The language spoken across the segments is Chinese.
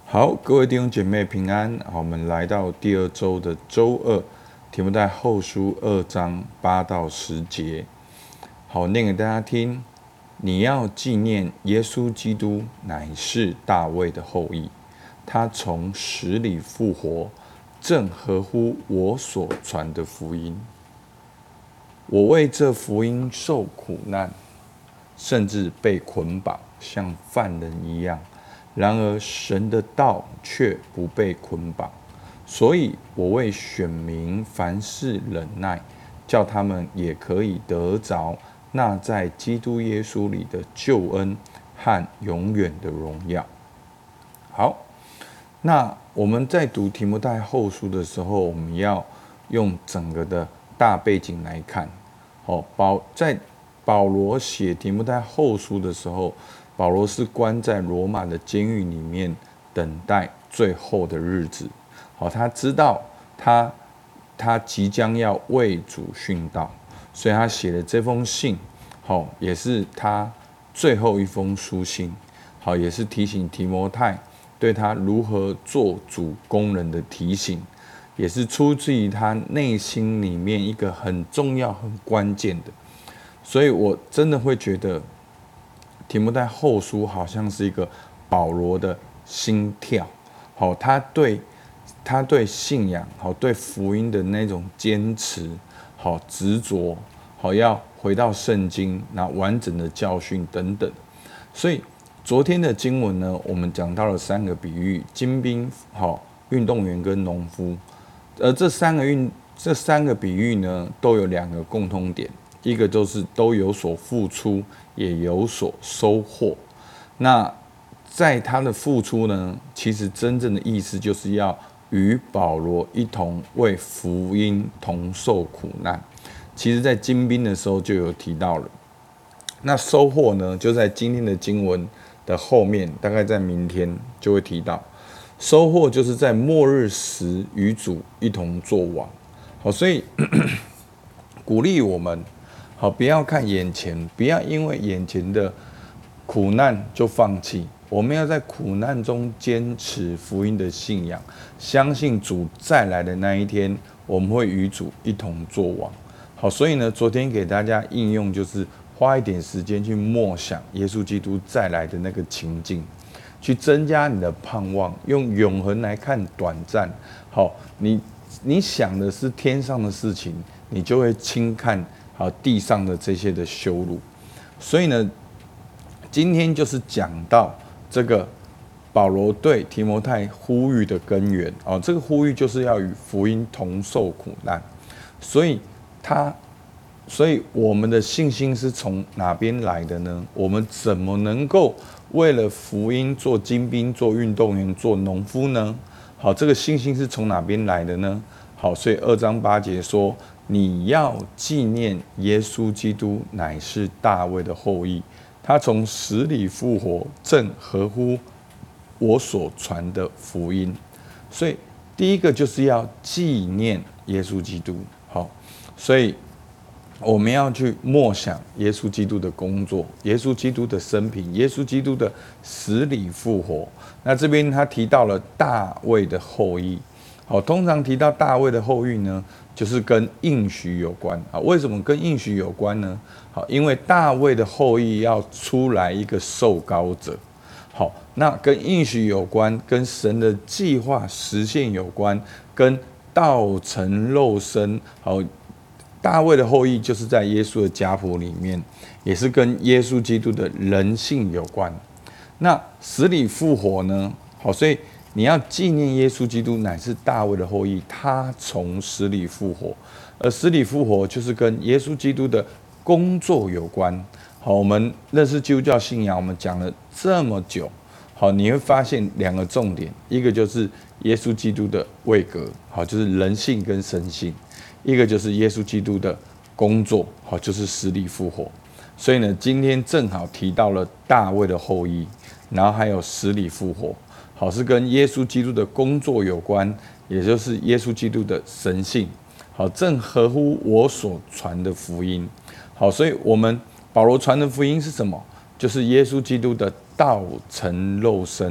好，各位弟兄姐妹平安。好，我们来到第二周的周二，提摩太后书2章8到10节。好，念给大家听。你要纪念耶稣基督乃是大卫的后裔，他从死里复活，正合乎我所传的福音。我为这福音受苦难，甚至被捆绑，像犯人一样。然而神的道却不被捆绑，所以我为选民凡事忍耐，叫他们也可以得着那在基督耶稣里的救恩和永远的荣耀。好，那我们在读提摩太后书的时候，我们要用整个的大背景来看。在保罗写提摩太后书的时候，保罗是关在罗马的监狱里面，等待最后的日子。他知道他即将要为主殉道，所以他写了这封信，也是他最后一封书信，也是提醒提摩太对他如何做主工人的提醒，也是出自于他内心里面一个很重要、很关键的。所以我真的会觉得提摩太后书好像是一个保罗的心跳，他对信仰，对福音的那种坚持，执着，要回到圣经，那完整的教训等等。所以昨天的经文呢，我们讲到了3个比喻：精兵、运动员跟农夫。而这三个比喻呢，都有2个共通点，一个就是都有所付出，也有所收获。那在他的付出呢，其实真正的意思就是要与保罗一同为福音同受苦难。其实在精兵的时候就有提到了。那收获呢，就在今天的经文的后面，大概在明天就会提到。收获就是在末日时与主一同作王。所以鼓励我们，不要看眼前，不要因为眼前的苦难就放弃。我们要在苦难中坚持福音的信仰，相信主再来的那一天，我们会与主一同作王。所以呢，昨天给大家应用就是花一点时间去默想耶稣基督再来的那个情境，去增加你的盼望，用永恒来看短暂。你想的是天上的事情，你就会轻看地上的这些的羞辱。所以呢，今天就是讲到这个保罗对提摩太呼吁的根源。这个呼吁就是要与福音同受苦难。所以我们的信心是从哪边来的呢？我们怎么能够为了福音做精兵、做运动员、做农夫呢？这个信心是从哪边来的呢？所以2章8节说，你要纪念耶稣基督乃是大卫的后裔，他从死里复活，正合乎我所传的福音。所以第一个就是要纪念耶稣基督。所以我们要去默想耶稣基督的工作，耶稣基督的生平，耶稣基督的死里复活。那这边他提到了大卫的后裔。通常提到大卫的后裔呢，就是跟应许有关。为什么跟应许有关呢？因为大卫的后裔要出来一个受膏者。那跟应许有关，跟神的计划实现有关，跟道成肉身。大卫的后裔就是在耶稣的家谱里面，也是跟耶稣基督的人性有关。那死里复活呢？所以你要纪念耶稣基督乃是大卫的后裔，他从死里复活。而死里复活就是跟耶稣基督的工作有关。我们认识基督教信仰，我们讲了这么久，你会发现2个重点，一个就是耶稣基督的位格，就是人性跟神性；一个就是耶稣基督的工作，就是死里复活。所以呢，今天正好提到了大卫的后裔，然后还有死里复活，是跟耶稣基督的工作有关，也就是耶稣基督的神性，正合乎我所传的福音。所以我们保罗传的福音是什么？就是耶稣基督的道成肉身，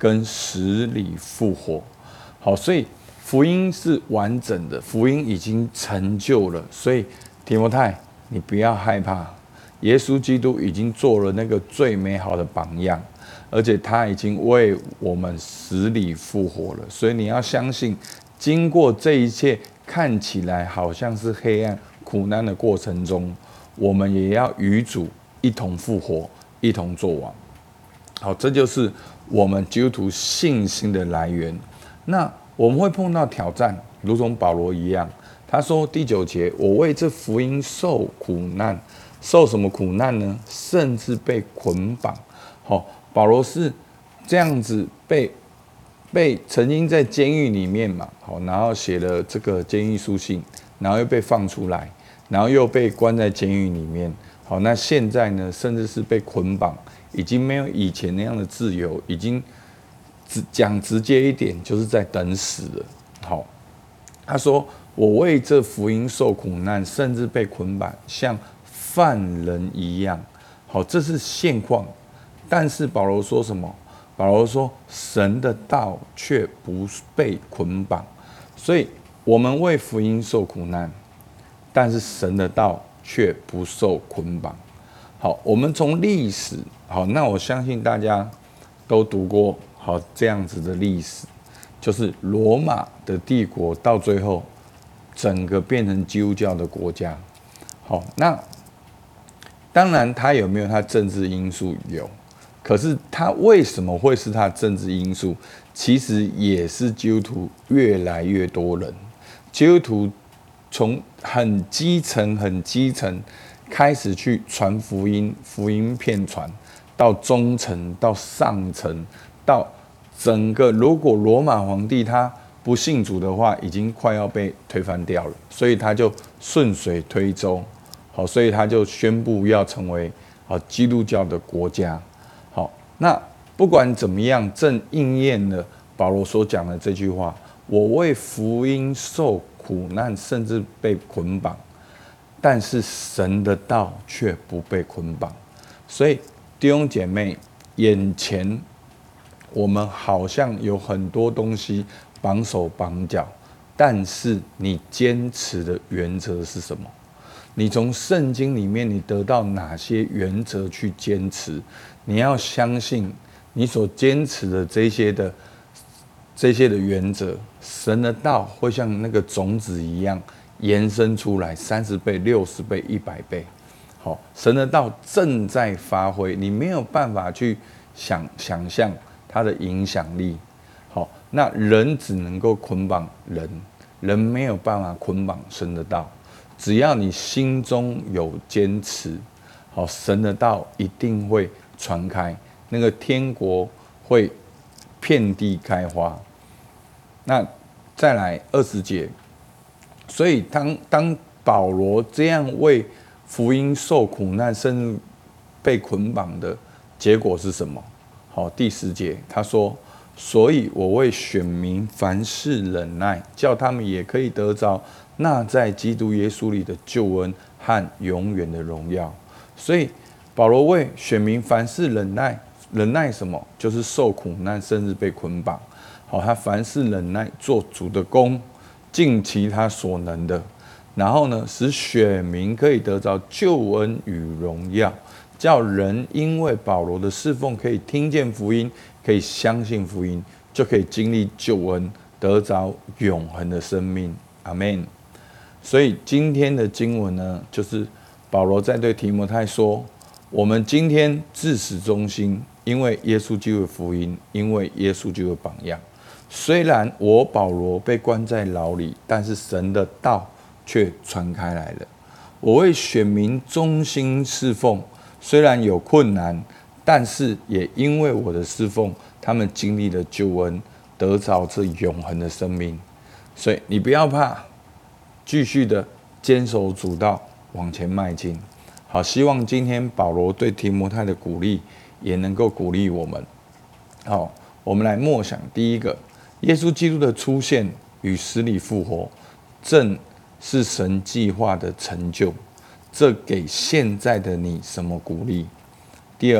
跟死里复活。好，所以福音是完整的，福音已经成就了。所以提摩太，你不要害怕，耶稣基督已经做了那个最美好的榜样，而且他已经为我们死里复活了。所以你要相信，经过这一切看起来好像是黑暗苦难的过程中，我们也要与主一同复活，一同作王。好，这就是我们基督徒信心的来源。那我们会碰到挑战，如同保罗一样，他说第9节，我为这福音受苦难，受什么苦难呢？甚至被捆绑。好，保罗是这样子被曾经在监狱里面嘛，好，然后写了这个监狱书信，然后又被放出来，然后又被关在监狱里面。好，那现在呢，甚至是被捆绑，已经没有以前那样的自由，已经讲直接一点，就是在等死了。好，他说我为这福音受苦难，甚至被捆绑，像犯人一样。好，这是现况。但是保罗说什么？保罗说神的道却不被捆绑。所以我们为福音受苦难，但是神的道却不受捆绑。好，我们从历史，好，那我相信大家都读过好这样子的历史，就是罗马的帝国到最后整个变成基督教的国家。好，那当然它有没有它政治因素？有，可是它为什么会是它的政治因素？其实也是基督徒越来越多人，基督徒从很基层开始去传福音，福音片传到中层，到上层，到整个，如果罗马皇帝他不信主的话，已经快要被推翻掉了，所以他就顺水推舟，好，所以他就宣布要成为基督教的国家。好，那不管怎么样，正应验了保罗所讲的这句话：我为福音受苦难，甚至被捆绑，但是神的道却不被捆绑。所以弟兄姐妹，眼前我们好像有很多东西绑手绑脚，但是你坚持的原则是什么？你从圣经里面你得到哪些原则去坚持？你要相信你所坚持的这些的原则，神的道会像那个种子一样延伸出来，30倍、60倍、100倍。好，神的道正在发挥，你没有办法去想象它的影响力。好，那人只能够捆绑人，人没有办法捆绑神的道。只要你心中有坚持，好，神的道一定会传开，那个天国会遍地开花。那再来20节，所以当保罗这样为福音受苦难，甚至被捆绑的结果是什么？好，第10节他说：所以我为选民凡事忍耐，叫他们也可以得着那在基督耶稣里的救恩和永远的荣耀。所以保罗为选民凡事忍耐，忍耐什么？就是受苦难，甚至被捆绑。好，他凡事忍耐，做主的工，尽其他所能的。然后呢，使选民可以得着救恩与荣耀，叫人因为保罗的侍奉，可以听见福音，可以相信福音，就可以经历救恩，得着永恒的生命。阿们。所以今天的经文呢，就是保罗在对提摩太说：我们今天至死忠心，因为耶稣基督的福音，因为耶稣基督的榜样。虽然我保罗被关在牢里，但是神的道却传开来了。我为选民忠心侍奉，虽然有困难，但是也因为我的侍奉，他们经历了救恩，得着这永恒的生命。所以你不要怕，继续的坚守主道，往前迈进。好，希望今天保罗对提摩太的鼓励，也能够鼓励我们。好，我们来默想第一个，耶稣基督的出现与死里复活，正是神计划的成就。这给现在的你什么鼓励？第二，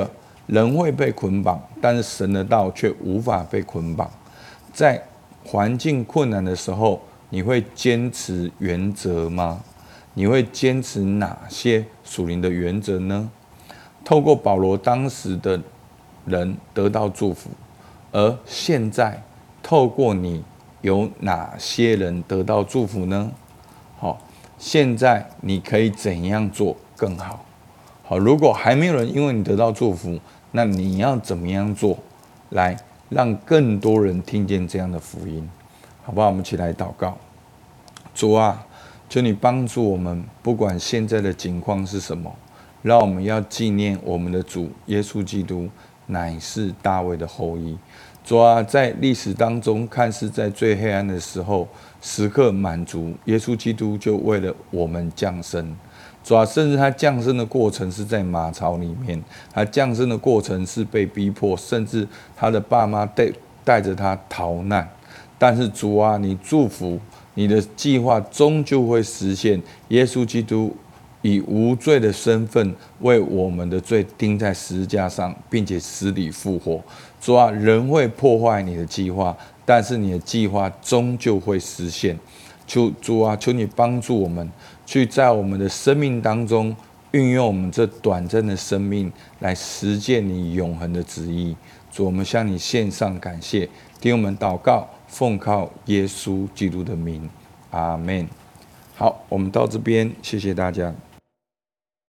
人会被捆绑，但是神的道却无法被捆绑。在环境困难的时候，你会坚持原则吗？你会坚持哪些属灵的原则呢？透过保罗当时的人得到祝福，而现在透过你有哪些人得到祝福呢？好，现在你可以怎样做更好？好，如果还没有人因为你得到祝福，那你要怎么样做，来让更多人听见这样的福音？好不好？我们一起来祷告。主啊，求你帮助我们，不管现在的境况是什么，让我们要纪念我们的主耶稣基督乃是大卫的后裔。主啊，在历史当中，看似在最黑暗的时候，时刻满足，耶稣基督就为了我们降生。主啊，甚至他降生的过程是在马槽里面，他降生的过程是被逼迫，甚至他的爸妈带着他逃难。但是主啊，你祝福你的计划终究会实现。耶稣基督以无罪的身份为我们的罪钉在十字架上，并且死里复活。主啊，人会破坏你的计划，但是你的计划终究会实现。主啊，求你帮助我们，去在我们的生命当中运用我们这短暂的生命，来实践你永恒的旨意。主，我们向你献上感谢，听我们祷告，奉靠耶稣基督的名，阿们。好，我们到这边，谢谢大家。